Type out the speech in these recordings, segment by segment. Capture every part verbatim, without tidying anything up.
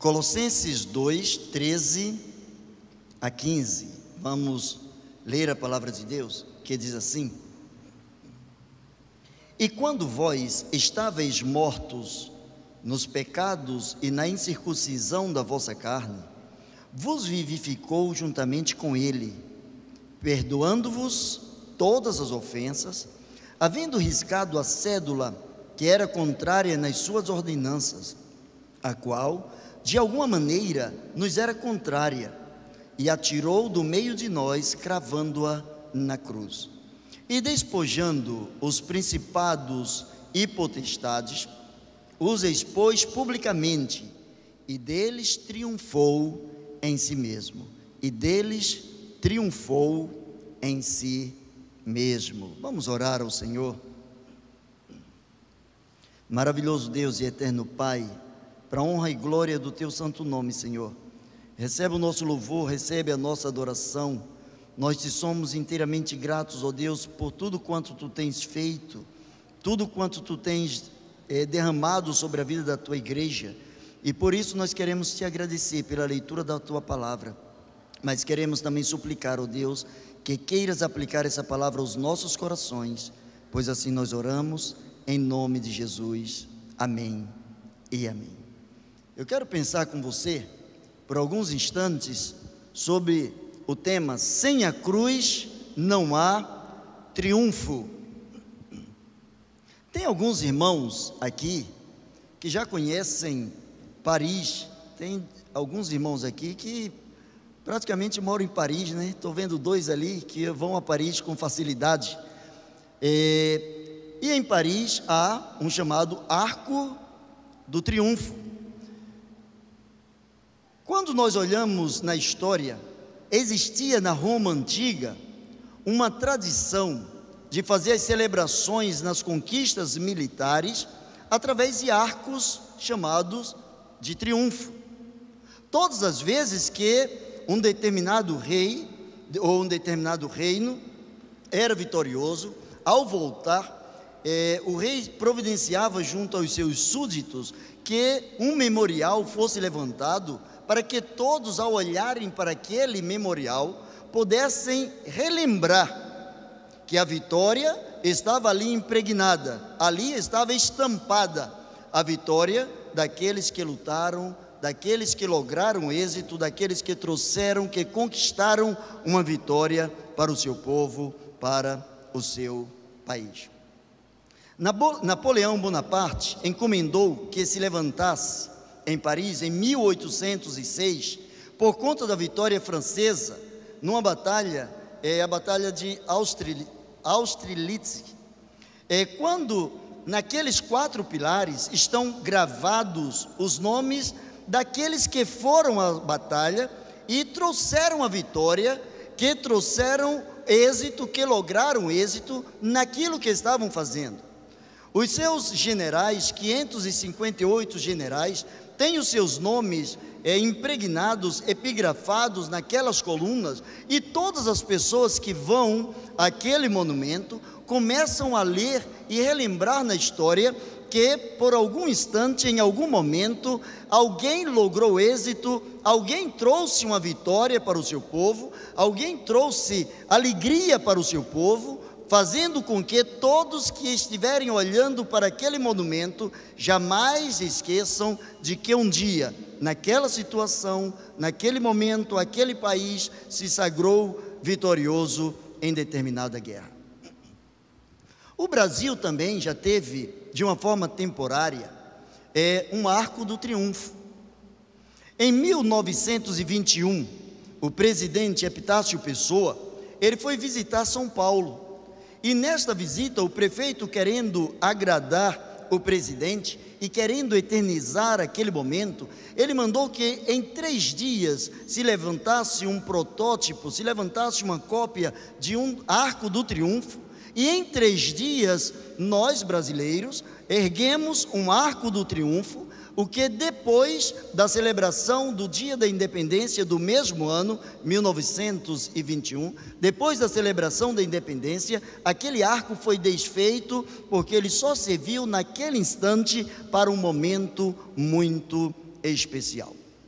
Colossenses dois, treze a quinze. Vamos ler a palavra de Deus, que diz assim: E quando vós estáveis mortos nos pecados e na incircuncisão da vossa carne, vos vivificou juntamente com ele, perdoando-vos todas as ofensas, havendo riscado a cédula que era contrária nas suas ordenanças, a qual de alguma maneira nos era contrária, e atirou do meio de nós, cravando-a na cruz. E despojando os principados e potestades, os expôs publicamente, e deles triunfou em si mesmo. E deles triunfou em si mesmo. Vamos orar ao Senhor. Maravilhoso Deus e eterno Pai, para a honra e glória do Teu santo nome, Senhor, recebe o nosso louvor, recebe a nossa adoração. Nós te somos inteiramente gratos, ó Deus, por tudo quanto Tu tens feito, tudo quanto Tu tens é, derramado sobre a vida da Tua igreja, e por isso nós queremos Te agradecer pela leitura da Tua palavra, mas queremos também suplicar, ó Deus, que queiras aplicar essa palavra aos nossos corações, pois assim nós oramos, em nome de Jesus, amém e amém. Eu quero pensar com você, por alguns instantes, sobre o tema: sem a cruz não há triunfo. Tem alguns irmãos aqui que já conhecem Paris, tem alguns irmãos aqui que praticamente moram em Paris, né? Estou vendo dois ali que vão a Paris com facilidade. É, e em Paris há um chamado Arco do Triunfo. Quando nós olhamos na história, existia na Roma antiga uma tradição de fazer as celebrações nas conquistas militares através de arcos chamados de triunfo. Todas as vezes que um determinado rei ou um determinado reino era vitorioso, ao voltar, eh, o rei providenciava junto aos seus súditos que um memorial fosse levantado, para que todos, ao olharem para aquele memorial, pudessem relembrar que a vitória estava ali impregnada, ali estava estampada a vitória daqueles que lutaram, daqueles que lograram êxito, daqueles que trouxeram, que conquistaram uma vitória para o seu povo, para o seu país. Napoleão Bonaparte encomendou que se levantasse em Paris, em mil oitocentos e seis, por conta da vitória francesa, numa batalha, é, a batalha de Austerlitz, é, quando naqueles quatro pilares estão gravados os nomes daqueles que foram à batalha e trouxeram a vitória, que trouxeram êxito, que lograram êxito naquilo que estavam fazendo. Os seus generais, quinhentos e cinquenta e oito generais, têm os seus nomes é, impregnados, epigrafados naquelas colunas, e todas as pessoas que vão àquele monumento começam a ler e relembrar na história que por algum instante, em algum momento, alguém logrou êxito, alguém trouxe uma vitória para o seu povo, alguém trouxe alegria para o seu povo, fazendo com que todos que estiverem olhando para aquele monumento jamais esqueçam de que um dia, naquela situação, naquele momento, aquele país se sagrou vitorioso em determinada guerra. O Brasil também já teve, de uma forma temporária, é, um arco do triunfo. Em mil novecentos e vinte e um, o presidente Epitácio Pessoa, ele foi visitar São Paulo. E nesta visita, o prefeito, querendo agradar o presidente e querendo eternizar aquele momento, ele mandou que em três dias se levantasse um protótipo, se levantasse uma cópia de um Arco do Triunfo, e em três dias, nós brasileiros erguemos um Arco do Triunfo, o que depois da celebração do Dia da Independência do mesmo ano, mil novecentos e vinte e um, depois da celebração da independência, aquele arco foi desfeito, porque ele só serviu naquele instante para um momento muito especial.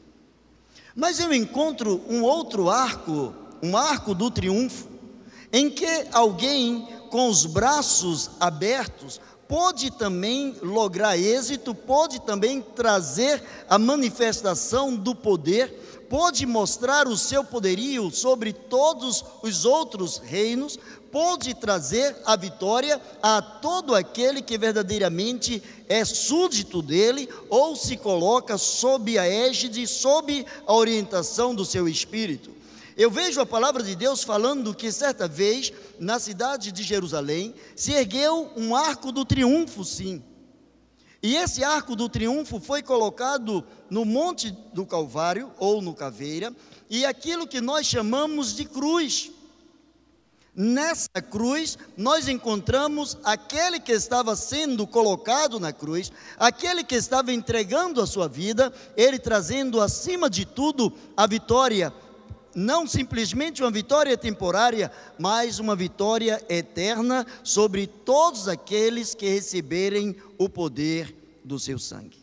Mas eu encontro um outro arco, um arco do triunfo, em que alguém com os braços abertos pode também lograr êxito, pode também trazer a manifestação do poder, pode mostrar o seu poderio sobre todos os outros reinos, pode trazer a vitória a todo aquele que verdadeiramente é súdito dele ou se coloca sob a égide, sob a orientação do seu espírito. Eu vejo a palavra de Deus falando que certa vez, na cidade de Jerusalém, se ergueu um arco do triunfo, sim. E esse arco do triunfo foi colocado no Monte do Calvário, ou no Caveira, e aquilo que nós chamamos de cruz. Nessa cruz, nós encontramos aquele que estava sendo colocado na cruz, aquele que estava entregando a sua vida, ele trazendo acima de tudo a vitória, não simplesmente uma vitória temporária, mas uma vitória eterna sobre todos aqueles que receberem o poder do seu sangue.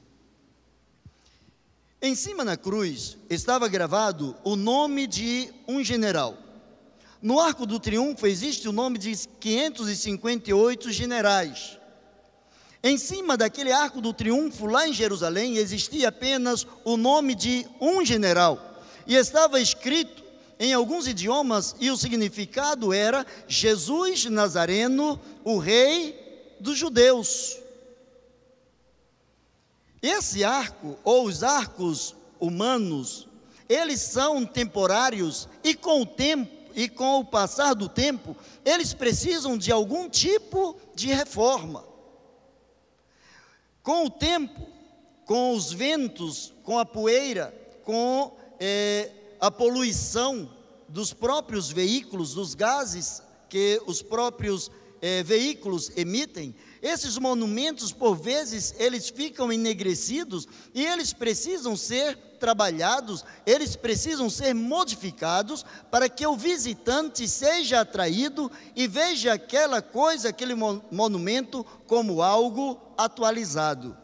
Em cima na cruz estava gravado o nome de um general. No arco do triunfo existe o nome de quinhentos e cinquenta e oito generais. Em cima daquele arco do triunfo, lá em Jerusalém, existia apenas o nome de um general. E estava escrito em alguns idiomas, e o significado era Jesus Nazareno, o rei dos judeus. Esse arco, ou os arcos humanos, eles são temporários, e com o tempo, e com o passar do tempo, eles precisam de algum tipo de reforma. Com o tempo, com os ventos, com a poeira, com é, a poluição dos próprios veículos, dos gases que os próprios é, veículos emitem, esses monumentos, por vezes, eles ficam enegrecidos e eles precisam ser trabalhados, eles precisam ser modificados para que o visitante seja atraído e veja aquela coisa, aquele monumento como algo atualizado.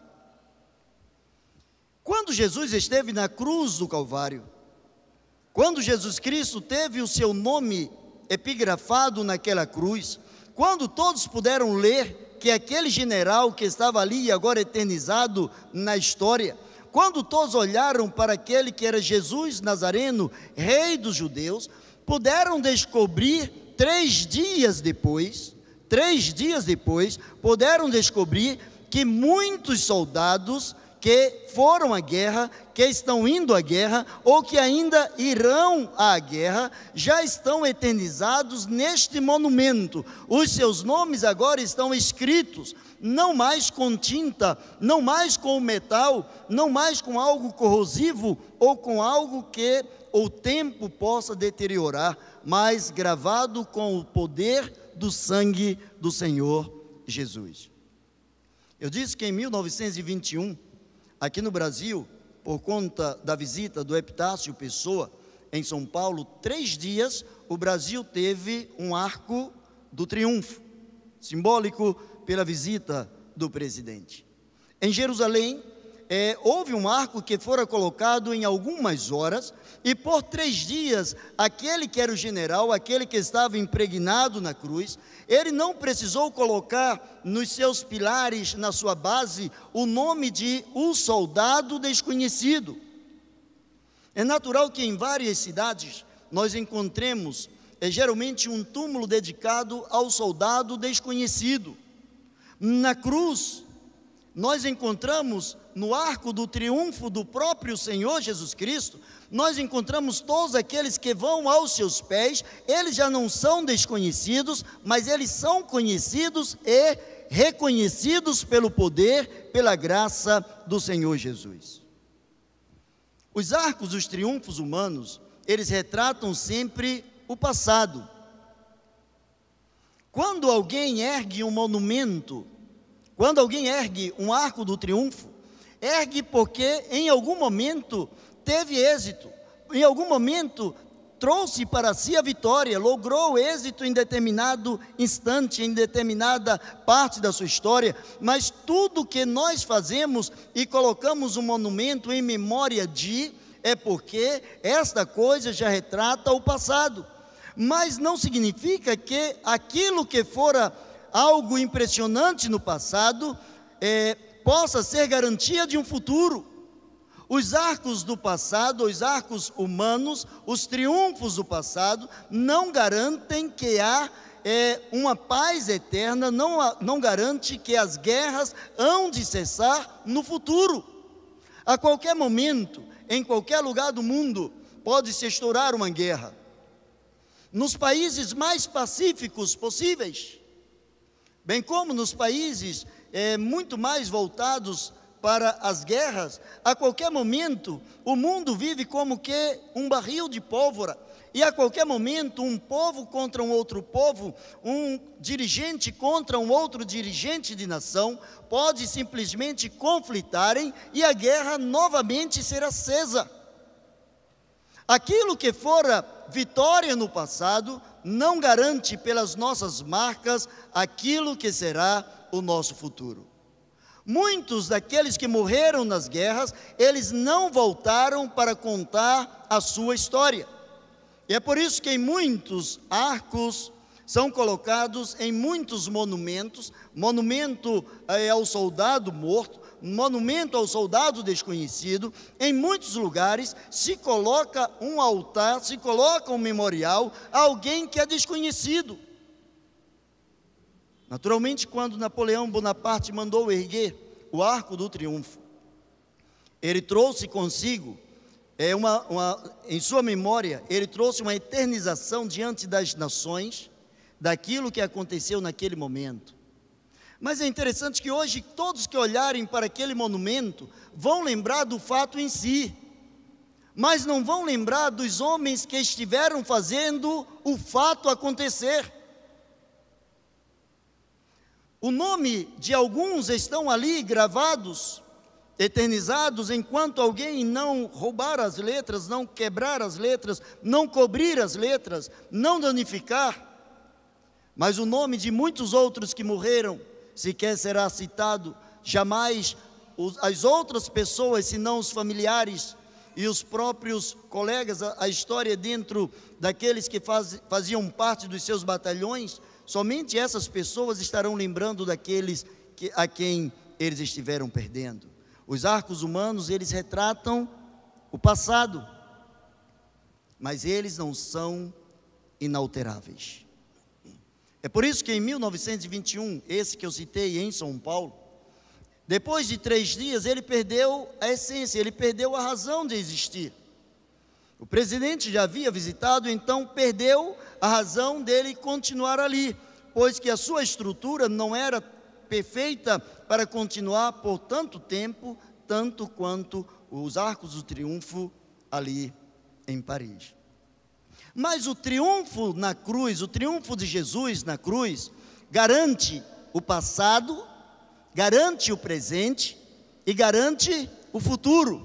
Quando Jesus esteve na cruz do Calvário, quando Jesus Cristo teve o seu nome epigrafado naquela cruz, quando todos puderam ler que aquele general que estava ali e agora eternizado na história, quando todos olharam para aquele que era Jesus Nazareno, rei dos judeus, puderam descobrir três dias depois, três dias depois, puderam descobrir que muitos soldados que foram à guerra, que estão indo à guerra, ou que ainda irão à guerra, já estão eternizados neste monumento. Os seus nomes agora estão escritos, não mais com tinta, não mais com metal, não mais com algo corrosivo, ou com algo que o tempo possa deteriorar, mas gravado com o poder do sangue do Senhor Jesus. Eu disse que em mil novecentos e vinte e um, aqui no Brasil, por conta da visita do Epitácio Pessoa, em São Paulo, três dias, o Brasil teve um arco do triunfo, simbólico pela visita do presidente. Em Jerusalém, é, houve um arco que fora colocado em algumas horas, e por três dias, aquele que era o general, aquele que estava impregnado na cruz, ele não precisou colocar nos seus pilares, na sua base, o nome de um soldado desconhecido. É natural que em várias cidades nós encontremos, é, geralmente um túmulo dedicado ao soldado desconhecido. Na cruz, nós encontramos no arco do triunfo do próprio Senhor Jesus Cristo, nós encontramos todos aqueles que vão aos seus pés, eles já não são desconhecidos, mas eles são conhecidos e reconhecidos pelo poder, pela graça do Senhor Jesus. Os arcos dos triunfos humanos, eles retratam sempre o passado. Quando alguém ergue um monumento, quando alguém ergue um arco do triunfo, ergue porque em algum momento teve êxito, em algum momento trouxe para si a vitória, logrou êxito em determinado instante, em determinada parte da sua história, mas tudo que nós fazemos e colocamos um monumento em memória de, é porque esta coisa já retrata o passado. Mas não significa que aquilo que fora algo impressionante no passado é, possa ser garantia de um futuro. Os arcos do passado, os arcos humanos, os triunfos do passado, não garantem que há é, uma paz eterna, não, não garante que as guerras hão de cessar no futuro. A qualquer momento, em qualquer lugar do mundo, pode se estourar uma guerra. Nos países mais pacíficos possíveis, bem como nos países é, muito mais voltados para as guerras, a qualquer momento o mundo vive como que um barril de pólvora, e a qualquer momento um povo contra um outro povo, um dirigente contra um outro dirigente de nação, pode simplesmente conflitarem e a guerra novamente ser acesa. Aquilo que fora vitória no passado não garante pelas nossas marcas aquilo que será o nosso futuro. Muitos daqueles que morreram nas guerras, eles não voltaram para contar a sua história. E é por isso que em muitos arcos são colocados em muitos monumentos, monumento é, ao soldado morto, monumento ao soldado desconhecido. Em muitos lugares se coloca um altar, se coloca um memorial a alguém que é desconhecido. Naturalmente, quando Napoleão Bonaparte mandou erguer o Arco do Triunfo, ele trouxe consigo, é uma, uma, em sua memória, ele trouxe uma eternização diante das nações, daquilo que aconteceu naquele momento. Mas é interessante que hoje, todos que olharem para aquele monumento, vão lembrar do fato em si, mas não vão lembrar dos homens que estiveram fazendo o fato acontecer. O nome de alguns estão ali gravados, eternizados, enquanto alguém não roubar as letras, não quebrar as letras, não cobrir as letras, não danificar. Mas o nome de muitos outros que morreram sequer será citado, jamais os, as outras pessoas, senão os familiares e os próprios colegas, a, a história dentro daqueles que faz, faziam parte dos seus batalhões, somente essas pessoas estarão lembrando daqueles que, a quem eles estiveram perdendo. Os arcos humanos, eles retratam o passado, mas eles não são inalteráveis. É por isso que em mil novecentos e vinte e um, esse que eu citei em São Paulo, depois de três dias, ele perdeu a essência, ele perdeu a razão de existir. O presidente já havia visitado, então perdeu a razão dele continuar ali, pois que a sua estrutura não era perfeita para continuar por tanto tempo, tanto quanto os Arcos do Triunfo ali em Paris. Mas o triunfo na cruz, o triunfo de Jesus na cruz, garante o passado, garante o presente e garante o futuro.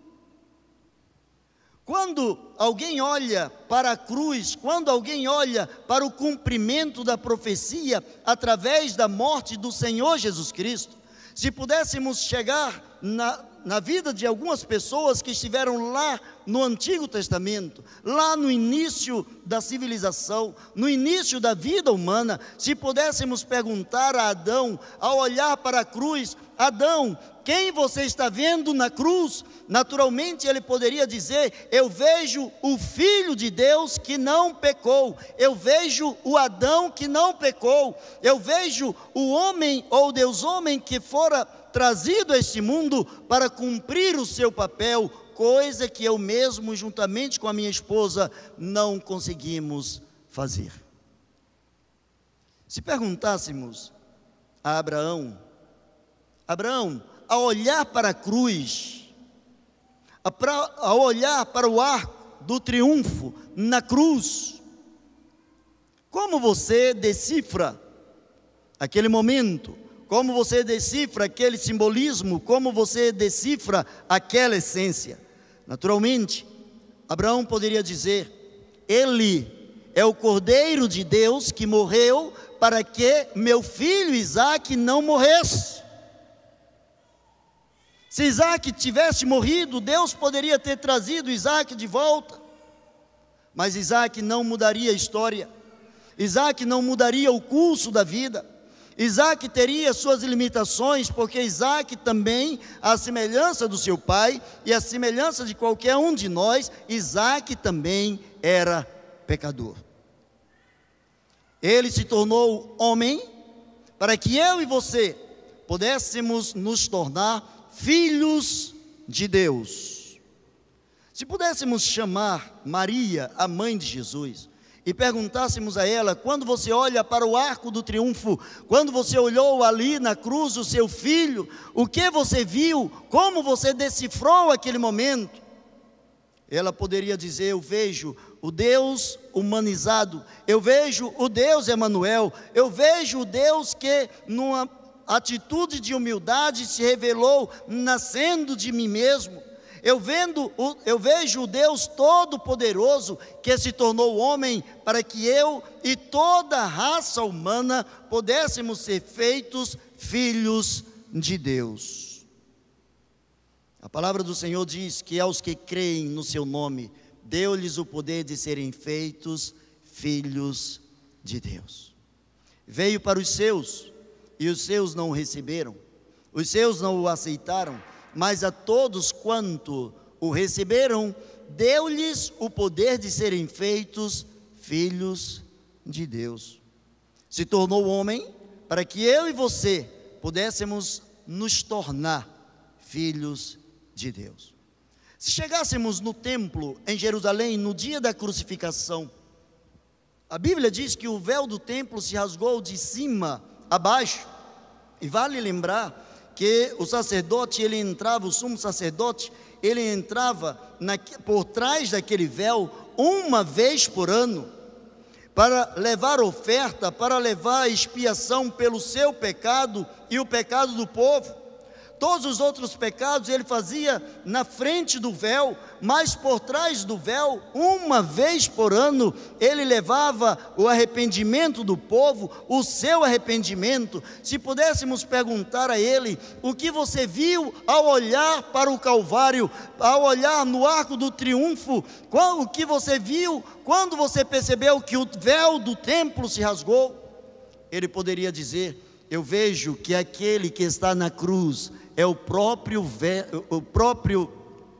Quando alguém olha para a cruz, quando alguém olha para o cumprimento da profecia através da morte do Senhor Jesus Cristo, se pudéssemos chegar na, na vida de algumas pessoas que estiveram lá no Antigo Testamento, lá no início da civilização, no início da vida humana, se pudéssemos perguntar a Adão, ao olhar para a cruz: Adão, quem você está vendo na cruz? Naturalmente ele poderia dizer: eu vejo o Filho de Deus que não pecou, eu vejo o Adão que não pecou, eu vejo o homem ou Deus homem que fora trazido a este mundo para cumprir o seu papel, coisa que eu mesmo, juntamente com a minha esposa, não conseguimos fazer. Se perguntássemos a Abraão, Abraão, ao olhar para a cruz, ao olhar para o arco do triunfo na cruz, como você decifra aquele momento? Como você decifra aquele simbolismo? Como você decifra aquela essência? Naturalmente, Abraão poderia dizer: ele é o Cordeiro de Deus que morreu para que meu filho Isaque não morresse. Se Isaac tivesse morrido, Deus poderia ter trazido Isaac de volta, mas Isaac não mudaria a história, Isaac não mudaria o curso da vida. Isaac teria suas limitações, porque Isaac também, à semelhança do seu pai e à semelhança de qualquer um de nós, Isaac também era pecador. Ele se tornou homem para que eu e você pudéssemos nos tornar filhos de Deus. Se pudéssemos chamar Maria, a mãe de Jesus, e perguntássemos a ela: quando você olha para o arco do triunfo, quando você olhou ali na cruz o seu filho, o que você viu, como você decifrou aquele momento? Ela poderia dizer: eu vejo o Deus humanizado, eu vejo o Deus Emanuel, eu vejo o Deus que numa atitude de humildade se revelou nascendo de mim mesmo. Eu, vendo, eu vejo o Deus Todo-Poderoso que se tornou homem para que eu e toda a raça humana pudéssemos ser feitos filhos de Deus. A palavra do Senhor diz que aos que creem no seu nome, deu-lhes o poder de serem feitos filhos de Deus. Veio para os seus, e os seus não o receberam, os seus não o aceitaram, mas a todos quanto o receberam, deu-lhes o poder de serem feitos filhos de Deus. Se tornou homem para que eu e você pudéssemos nos tornar filhos de Deus. Se chegássemos no templo em Jerusalém no dia da crucificação, a Bíblia diz que o véu do templo se rasgou de cima a baixo, e vale lembrar que o sacerdote, ele entrava, o sumo sacerdote, ele entrava na, por trás daquele véu uma vez por ano, para levar oferta, para levar expiação pelo seu pecado e o pecado do povo. Todos os outros pecados ele fazia na frente do véu, mas por trás do véu, uma vez por ano, ele levava o arrependimento do povo, o seu arrependimento. Se pudéssemos perguntar a ele: o que você viu ao olhar para o Calvário, ao olhar no arco do triunfo, qual, o que você viu quando você percebeu que o véu do templo se rasgou? Ele poderia dizer: eu vejo que aquele que está na cruz é o próprio, véu, o próprio,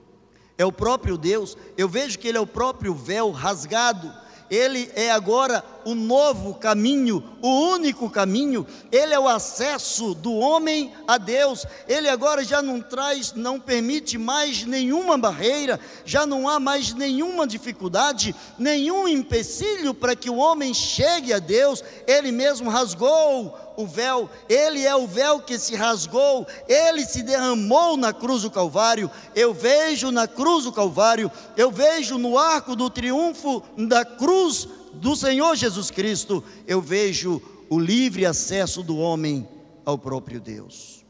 é o próprio Deus. Eu vejo que ele é o próprio véu rasgado. Ele é agora o novo caminho, o único caminho. Ele é o acesso do homem a Deus. Ele agora já não traz, não permite mais nenhuma barreira, já não há mais nenhuma dificuldade, nenhum empecilho para que o homem chegue a Deus. Ele mesmo rasgou o véu, ele é o véu que se rasgou, ele se derramou na cruz do Calvário. Eu vejo na cruz do Calvário, eu vejo no arco do triunfo da cruz do Senhor Jesus Cristo, eu vejo o livre acesso do homem ao próprio Deus.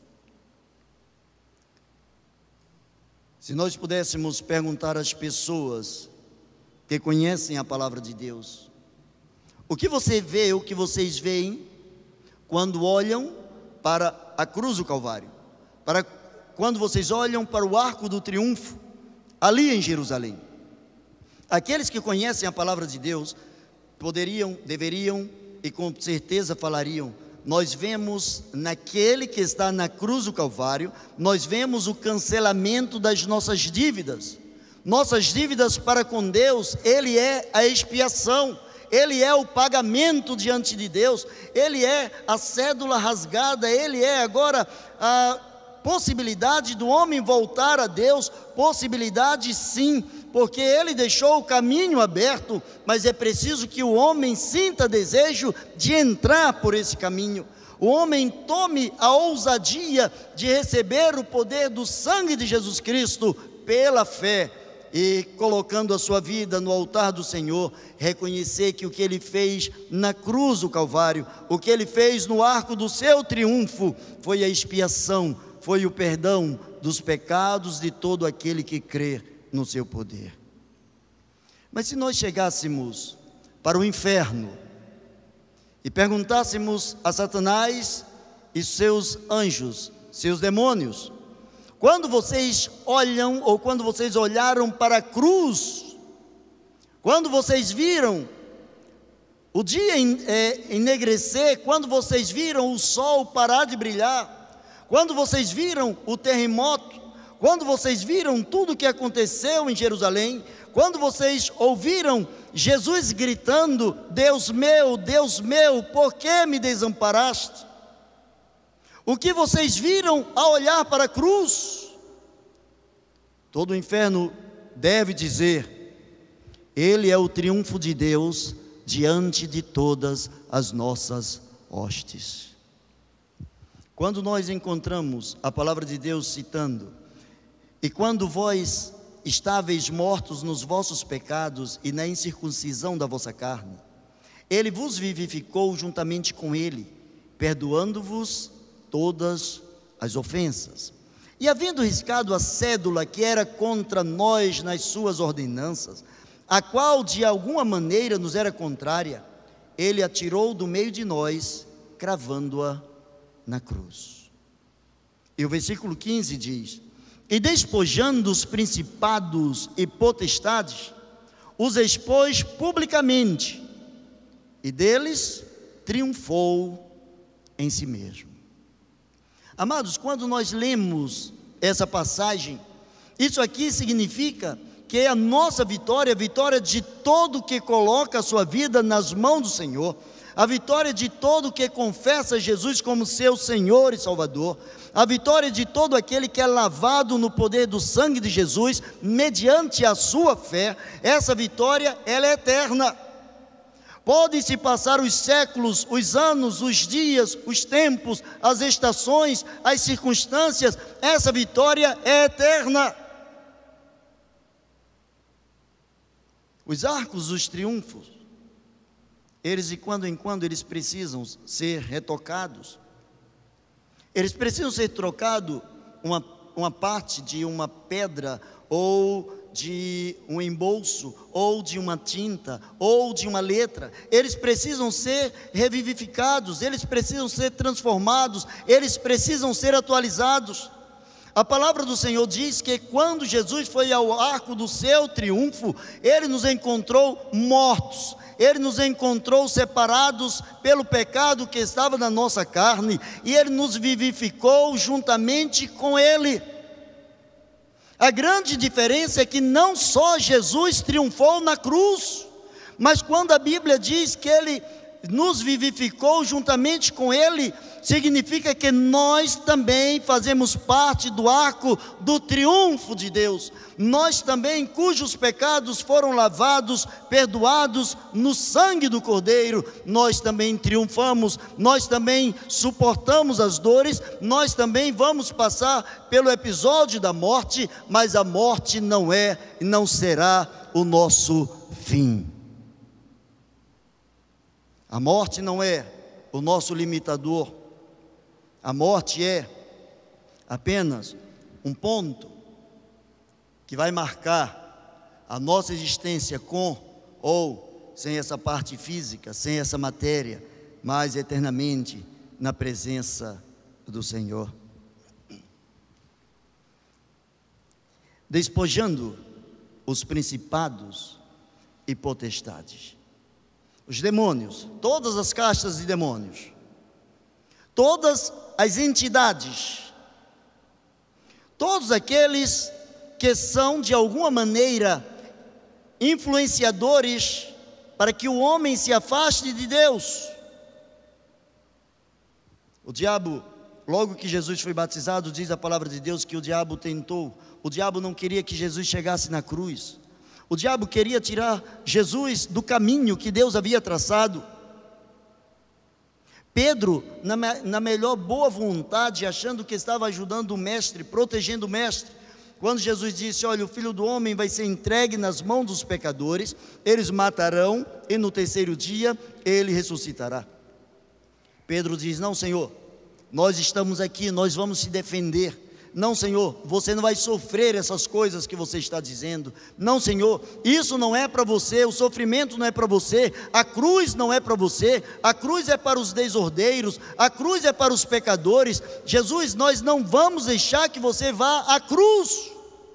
Se nós pudéssemos perguntar às pessoas que conhecem a palavra de Deus: o que você vê, o que vocês veem quando olham para a cruz do Calvário, para quando vocês olham para o arco do triunfo, ali em Jerusalém? Aqueles que conhecem a palavra de Deus poderiam, deveriam e com certeza falariam: nós vemos naquele que está na cruz do Calvário, nós vemos o cancelamento das nossas dívidas. Nossas dívidas para com Deus, ele é a expiação, ele é o pagamento diante de Deus, ele é a cédula rasgada, ele é agora a possibilidade do homem voltar a Deus. Possibilidade sim, porque ele deixou o caminho aberto, mas é preciso que o homem sinta desejo de entrar por esse caminho. O homem tome a ousadia de receber o poder do sangue de Jesus Cristo pela fé, e colocando a sua vida no altar do Senhor, reconhecer que o que ele fez na cruz do Calvário, o que ele fez no arco do seu triunfo, foi a expiação, foi o perdão dos pecados de todo aquele que crê no seu poder. Mas se nós chegássemos para o inferno e perguntássemos a Satanás e seus anjos, seus demônios: quando vocês olham, ou quando vocês olharam para a cruz, quando vocês viram o dia enegrecer, quando vocês viram o sol parar de brilhar, quando vocês viram o terremoto, quando vocês viram tudo o que aconteceu em Jerusalém, quando vocês ouviram Jesus gritando: Deus meu, Deus meu, por que me desamparaste? O que vocês viram ao olhar para a cruz? Todo o inferno deve dizer: Ele é o triunfo de Deus diante de todas as nossas hostes. Quando nós encontramos a palavra de Deus citando: E quando vós estáveis mortos nos vossos pecados e na incircuncisão da vossa carne, Ele vos vivificou juntamente com Ele, perdoando-vos todas as ofensas. E havendo riscado a cédula que era contra nós nas suas ordenanças, a qual de alguma maneira nos era contrária, Ele a tirou do meio de nós, cravando-a na cruz. E o versículo quinze diz: E despojando os principados e potestades, os expôs publicamente, e deles triunfou em si mesmo. Amados, quando nós lemos essa passagem, isso aqui significa que é a nossa vitória, a vitória de todo que coloca a sua vida nas mãos do Senhor, a vitória de todo que confessa Jesus como seu Senhor e Salvador, a vitória de todo aquele que é lavado no poder do sangue de Jesus, mediante a sua fé. Essa vitória, ela é eterna. Podem-se passar os séculos, os anos, os dias, os tempos, as estações, as circunstâncias, essa vitória é eterna. Os arcos, os triunfos, eles de quando em quando eles precisam ser retocados. Eles precisam ser trocados uma, uma parte de uma pedra, ou de um embolso, ou de uma tinta, ou de uma letra. Eles precisam ser revivificados, eles precisam ser transformados, eles precisam ser atualizados. A palavra do Senhor diz que quando Jesus foi ao arco do seu triunfo, Ele nos encontrou mortos, Ele nos encontrou separados pelo pecado que estava na nossa carne, e Ele nos vivificou juntamente com Ele. A grande diferença é que não só Jesus triunfou na cruz, mas quando a Bíblia diz que Ele nos vivificou juntamente com Ele, significa que nós também fazemos parte do arco do triunfo de Deus. Nós também, cujos pecados foram lavados, perdoados no sangue do Cordeiro, nós também triunfamos, nós também suportamos as dores, nós também vamos passar pelo episódio da morte, mas a morte não é e não será o nosso fim. A morte não é o nosso limitador. A morte é apenas um ponto que vai marcar a nossa existência com ou sem essa parte física, sem essa matéria, mas eternamente na presença do Senhor. Despojando os principados e potestades. Os demônios, todas as castas de demônios, todas as entidades, todos aqueles que são de alguma maneira influenciadores para que o homem se afaste de Deus. O diabo, logo que Jesus foi batizado, diz a palavra de Deus que o diabo tentou, o diabo não queria que Jesus chegasse na cruz. O diabo queria tirar Jesus do caminho que Deus havia traçado. Pedro, na, na melhor boa vontade, achando que estava ajudando o mestre, protegendo o mestre, quando Jesus disse: olha, o Filho do Homem vai ser entregue nas mãos dos pecadores, eles matarão, e no terceiro dia ele ressuscitará. Pedro diz: não, Senhor, nós estamos aqui, nós vamos se defender, não, Senhor, você não vai sofrer essas coisas que você está dizendo. Não, Senhor, isso não é para você, o sofrimento não é para você, a cruz não é para você, a cruz é para os desordeiros, a cruz é para os pecadores. Jesus, nós não vamos deixar que você vá à cruz.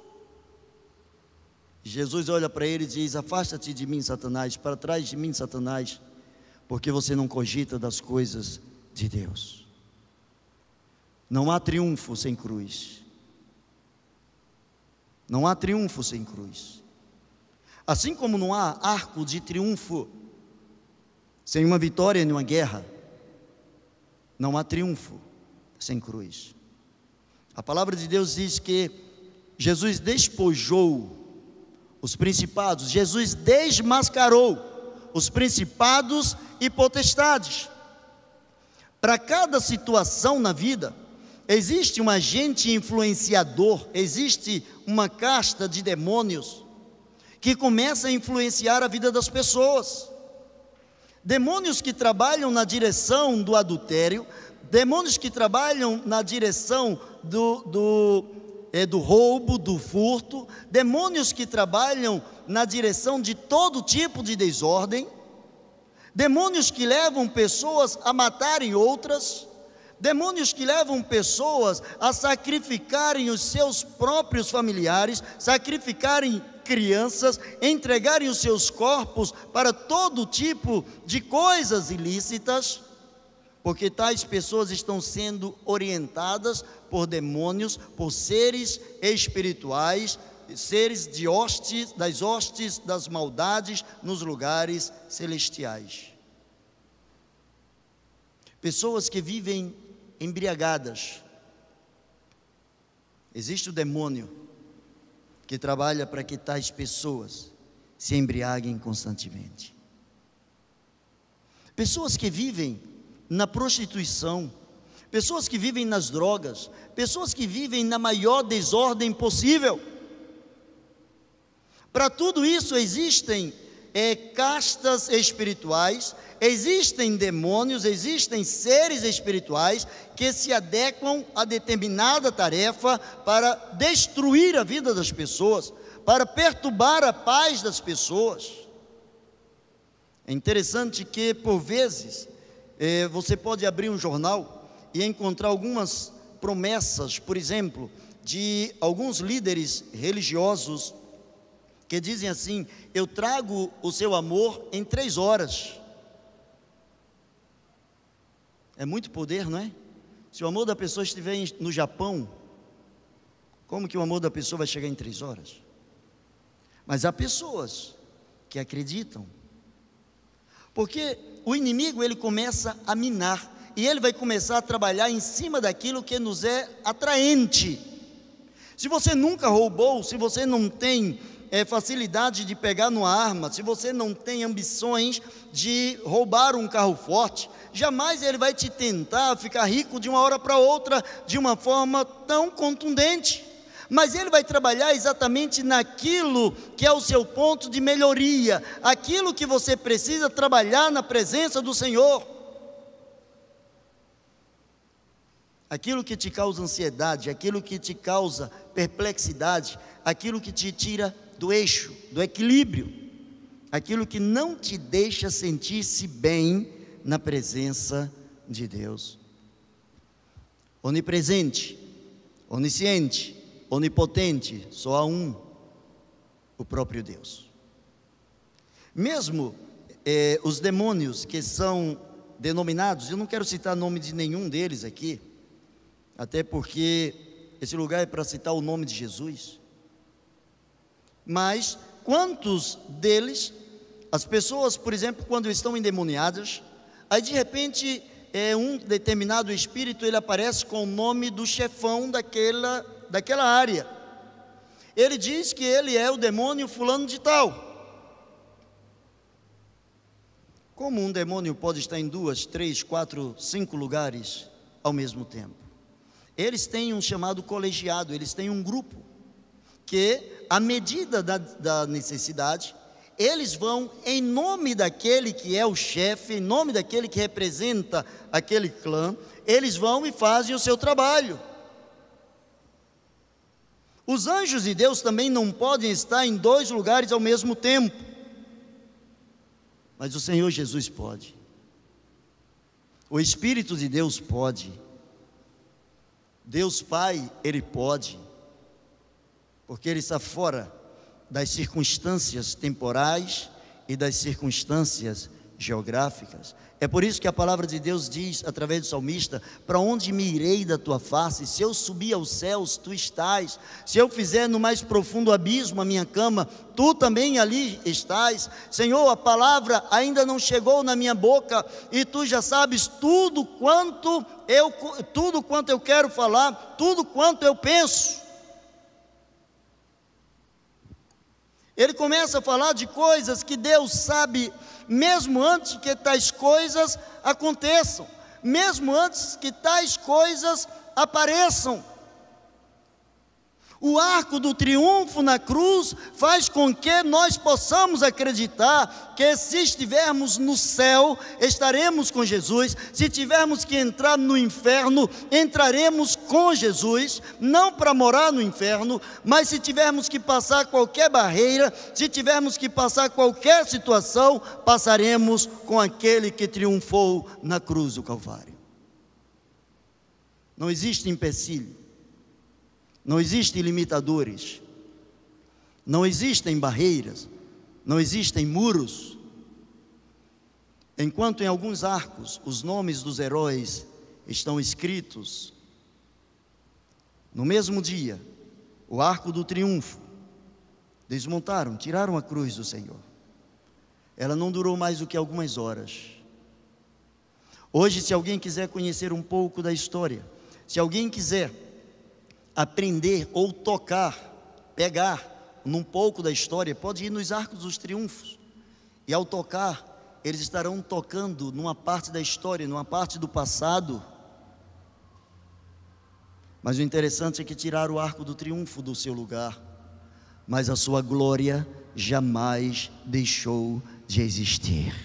Jesus olha para ele e diz: afasta-te de mim, Satanás, para trás de mim, Satanás, porque você não cogita das coisas de Deus. Não há triunfo sem cruz. Não há triunfo sem cruz. Assim como não há arco de triunfo sem uma vitória em uma guerra, não há triunfo sem cruz. A palavra de Deus diz que Jesus despojou os principados, Jesus desmascarou os principados e potestades. Para cada situação na vida, existe um agente influenciador, existe uma casta de demônios que começa a influenciar a vida das pessoas. Demônios que trabalham na direção do adultério, demônios que trabalham na direção do, do, é, do roubo, do furto, demônios que trabalham na direção de todo tipo de desordem, demônios que levam pessoas a matarem outras, demônios que levam pessoas a sacrificarem os seus próprios familiares, sacrificarem crianças, entregarem os seus corpos para todo tipo de coisas ilícitas, porque tais pessoas estão sendo orientadas por demônios, por seres espirituais, seres de hostes, das hostes das maldades nos lugares celestiais. Pessoas que vivem embriagadas. Existe o demônio que trabalha para que tais pessoas se embriaguem constantemente. Pessoas que vivem na prostituição, pessoas que vivem nas drogas, pessoas que vivem na maior desordem possível. Para tudo isso existem é, castas espirituais, existem demônios, existem seres espirituais que se adequam a determinada tarefa para destruir a vida das pessoas, para perturbar a paz das pessoas. É interessante que, por vezes, é, você pode abrir um jornal e encontrar algumas promessas, por exemplo, de alguns líderes religiosos que dizem assim: eu trago o seu amor em três horas. É muito poder, não é? Se o amor da pessoa estiver no Japão, como que o amor da pessoa vai chegar em três horas? Mas há pessoas que acreditam, porque o inimigo ele começa a minar, e ele vai começar a trabalhar em cima daquilo que nos é atraente. Se você nunca roubou, se você não tem é, facilidade de pegar numa arma, se você não tem ambições de roubar um carro forte, jamais ele vai te tentar ficar rico de uma hora para outra, de uma forma tão contundente. Mas ele vai trabalhar exatamente naquilo que é o seu ponto de melhoria, aquilo que você precisa trabalhar na presença do Senhor. Aquilo que te causa ansiedade, aquilo que te causa perplexidade, aquilo que te tira do eixo, do equilíbrio, aquilo que não te deixa sentir-se bem na presença de Deus. Onipresente, onisciente, onipotente, só há um, o próprio Deus. Mesmo eh, os demônios que são denominados, eu não quero citar nome de nenhum deles aqui, até porque esse lugar é para citar o nome de Jesus, mas quantos deles, as pessoas, por exemplo, quando estão endemoniadas, aí de repente é, um determinado espírito, ele aparece com o nome do chefão daquela, daquela área, ele diz que ele é o demônio fulano de tal. Como um demônio pode estar em duas, três, quatro, cinco lugares ao mesmo tempo? Eles têm um chamado colegiado, eles têm um grupo, que à medida da, da necessidade, eles vão em nome daquele que é o chefe, em nome daquele que representa aquele clã, eles vão e fazem o seu trabalho. Os anjos de Deus também não podem estar em dois lugares ao mesmo tempo, mas o Senhor Jesus pode. O Espírito de Deus pode. Deus Pai, Ele pode, porque Ele está fora das circunstâncias temporais e das circunstâncias geográficas. É por isso que a palavra de Deus diz, através do salmista: para onde me irei da tua face? Se eu subir aos céus, tu estás. Se eu fizer no mais profundo abismo a minha cama, tu também ali estás. Senhor, a palavra ainda não chegou na minha boca, e tu já sabes tudo quanto eu, tudo quanto eu quero falar, tudo quanto eu penso. Ele começa a falar de coisas que Deus sabe, mesmo antes que tais coisas aconteçam, mesmo antes que tais coisas apareçam. O arco do triunfo na cruz faz com que nós possamos acreditar que, se estivermos no céu, estaremos com Jesus. Se tivermos que entrar no inferno, entraremos com Jesus, não para morar no inferno, mas se tivermos que passar qualquer barreira, se tivermos que passar qualquer situação, passaremos com aquele que triunfou na cruz do Calvário. Não existe empecilho, não existem limitadores, não existem barreiras, não existem muros. Enquanto em alguns arcos os nomes dos heróis estão escritos, no mesmo dia, o arco do triunfo, desmontaram, tiraram a cruz do Senhor. Ela não durou mais do que algumas horas. Hoje, se alguém quiser conhecer um pouco da história, se alguém quiser aprender ou tocar, pegar num pouco da história, pode ir nos arcos dos triunfos, e ao tocar, eles estarão tocando numa parte da história, numa parte do passado. Mas o interessante é que tiraram o arco do triunfo do seu lugar, mas a sua glória jamais deixou de existir.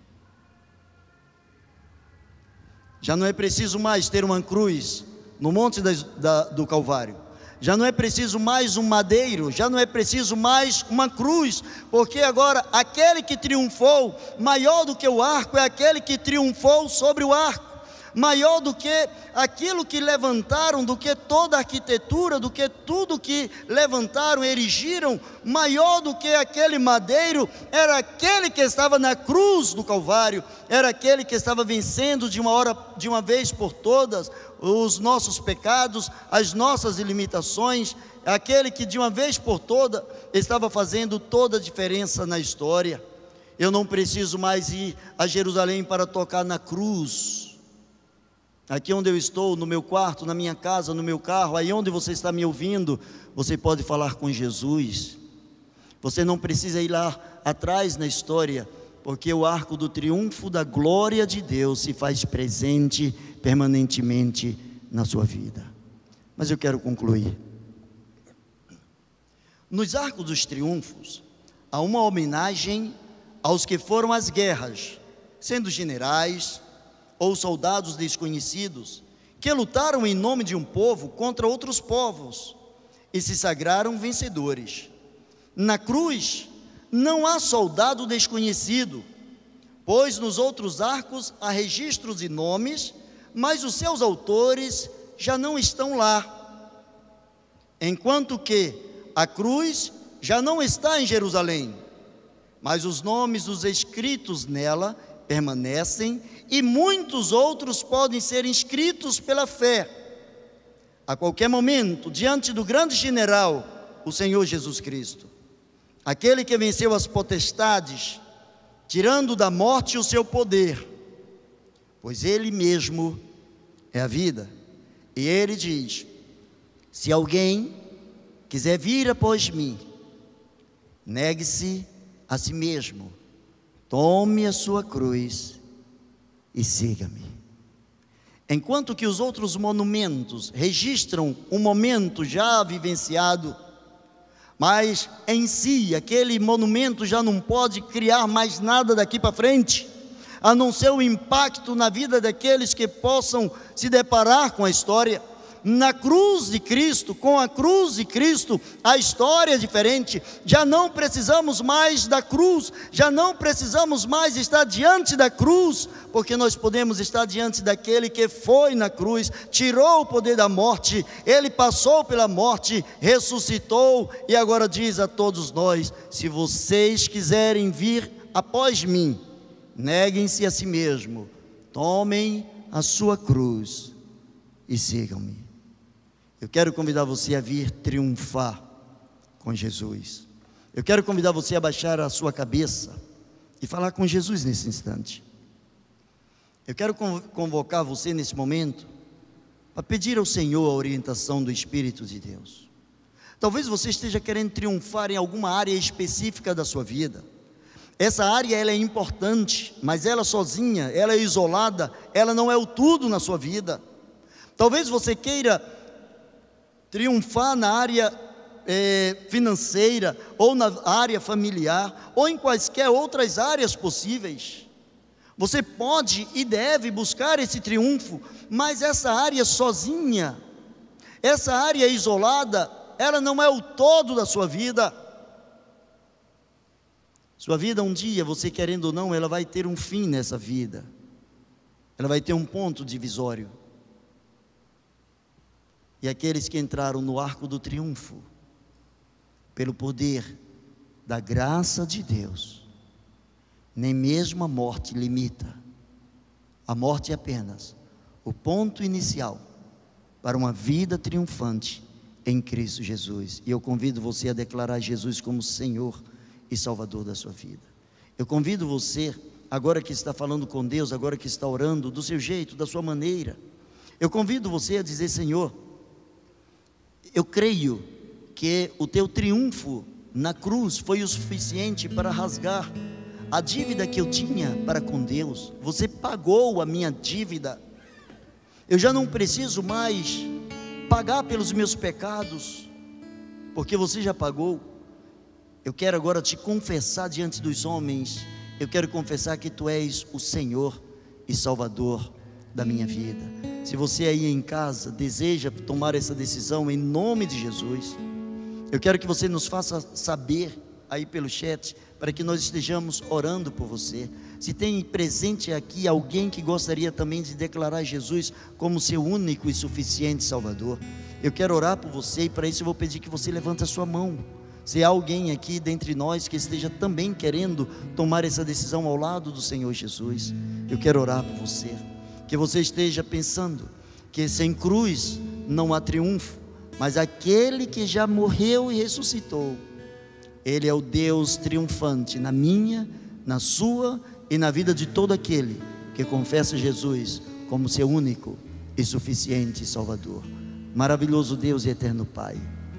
Já não é preciso mais ter uma cruz no monte da, da, do Calvário, já não é preciso mais um madeiro, já não é preciso mais uma cruz, porque agora aquele que triunfou, maior do que o arco, é aquele que triunfou sobre o arco, maior do que aquilo que levantaram, do que toda a arquitetura, do que tudo que levantaram, erigiram, maior do que aquele madeiro, era aquele que estava na cruz do Calvário, era aquele que estava vencendo de uma hora, de uma vez por todas, os nossos pecados, as nossas limitações, aquele que de uma vez por todas estava fazendo toda a diferença na história. Eu não preciso mais ir a Jerusalém para tocar na cruz. Aqui onde eu estou, no meu quarto, na minha casa, no meu carro, aí onde você está me ouvindo, você pode falar com Jesus. Você não precisa ir lá atrás na história, porque o arco do triunfo da glória de Deus se faz presente permanentemente na sua vida. Mas eu quero concluir. Nos arcos dos triunfos, há uma homenagem aos que foram às guerras, sendo generais ou soldados desconhecidos, que lutaram em nome de um povo contra outros povos, e se sagraram vencedores. Na cruz, não há soldado desconhecido, pois nos outros arcos há registros de nomes, mas os seus autores já não estão lá, enquanto que a cruz já não está em Jerusalém, mas os nomes dos escritos nela permanecem, e muitos outros podem ser inscritos pela fé, a qualquer momento, diante do grande general, o Senhor Jesus Cristo, aquele que venceu as potestades, tirando da morte o seu poder, pois Ele mesmo é a vida. E Ele diz: se alguém quiser vir após mim, negue-se a si mesmo, tome a sua cruz e siga-me. Enquanto que os outros monumentos registram um momento já vivenciado, mas em si, aquele monumento já não pode criar mais nada daqui para frente, a não ser o impacto na vida daqueles que possam se deparar com a história. Na cruz de Cristo, com a cruz de Cristo, a história é diferente. Já não precisamos mais da cruz, já não precisamos mais estar diante da cruz, porque nós podemos estar diante daquele que foi na cruz, tirou o poder da morte, ele passou pela morte, ressuscitou e agora diz a todos nós: se vocês quiserem vir após mim, neguem-se a si mesmo, tomem a sua cruz e sigam-me. Eu quero convidar você a vir triunfar com Jesus. Eu quero convidar você a baixar a sua cabeça e falar com Jesus nesse instante. Eu quero convocar você nesse momento para pedir ao Senhor a orientação do Espírito de Deus. Talvez você esteja querendo triunfar em alguma área específica da sua vida. Essa área ela é importante, mas ela sozinha, ela é isolada, ela não é o tudo na sua vida. Talvez você queira triunfar na área é, financeira, ou na área familiar, ou em quaisquer outras áreas possíveis. Você pode e deve buscar esse triunfo, mas essa área sozinha, essa área isolada, ela não é o todo da sua vida. Sua vida um dia, você querendo ou não, ela vai ter um fim nessa vida, ela vai ter um ponto divisório. E aqueles que entraram no arco do triunfo, pelo poder da graça de Deus, nem mesmo a morte limita. A morte é apenas o ponto inicial para uma vida triunfante em Cristo Jesus. E eu convido você a declarar Jesus como Senhor e Salvador da sua vida. Eu convido você, agora que está falando com Deus, agora que está orando, do seu jeito, da sua maneira, eu convido você a dizer: Senhor, eu creio que o teu triunfo na cruz foi o suficiente para rasgar a dívida que eu tinha para com Deus. Você pagou a minha dívida. Eu já não preciso mais pagar pelos meus pecados, porque você já pagou. Eu quero agora te confessar diante dos homens. Eu quero confessar que tu és o Senhor e Salvador da minha vida. Se você aí em casa deseja tomar essa decisão em nome de Jesus, eu quero que você nos faça saber aí pelo chat, para que nós estejamos orando por você. Se tem presente aqui alguém que gostaria também de declarar Jesus como seu único e suficiente Salvador, eu quero orar por você, e para isso eu vou pedir que você levante a sua mão. Se há alguém aqui dentre nós que esteja também querendo tomar essa decisão ao lado do Senhor Jesus, eu quero orar por você. Que você esteja pensando que sem cruz não há triunfo, mas aquele que já morreu e ressuscitou, Ele é o Deus triunfante na minha, na sua e na vida de todo aquele que confessa Jesus como seu único e suficiente Salvador. Maravilhoso Deus e eterno Pai,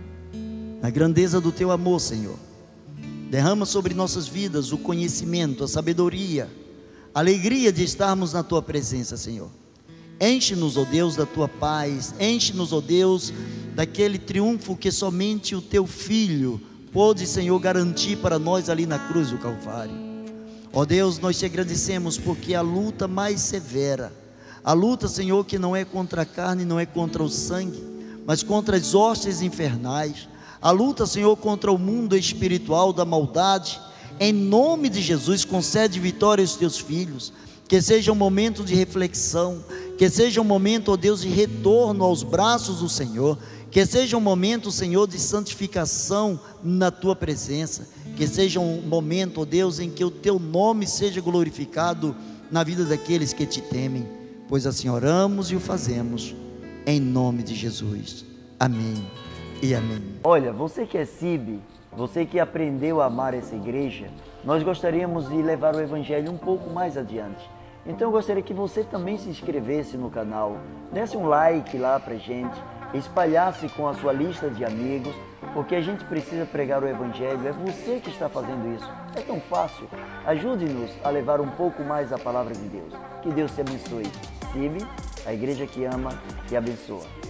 na grandeza do teu amor, Senhor, derrama sobre nossas vidas o conhecimento, a sabedoria, a alegria de estarmos na tua presença, Senhor. Enche-nos, ó Deus, da tua paz, enche-nos, ó Deus, daquele triunfo que somente o teu Filho pôde, Senhor, garantir para nós ali na cruz do Calvário. Ó Deus, nós te agradecemos porque a luta mais severa, a luta, Senhor, que não é contra a carne, não é contra o sangue, mas contra as hostes infernais, a luta, Senhor, contra o mundo espiritual da maldade. Em nome de Jesus, concede vitória aos teus filhos. Que seja um momento de reflexão, que seja um momento, ó Deus, de retorno aos braços do Senhor, que seja um momento, Senhor, de santificação na tua presença, que seja um momento, ó Deus, em que o teu nome seja glorificado na vida daqueles que te temem, pois assim oramos e o fazemos em nome de Jesus. Amém e amém. Olha, você que é C I B, você que aprendeu a amar essa igreja, nós gostaríamos de levar o Evangelho um pouco mais adiante. Então eu gostaria que você também se inscrevesse no canal, desse um like lá pra gente, espalhasse com a sua lista de amigos, porque a gente precisa pregar o Evangelho. É você que está fazendo isso, é tão fácil. Ajude-nos a levar um pouco mais a palavra de Deus. Que Deus te abençoe. C I B, a igreja que ama e abençoa.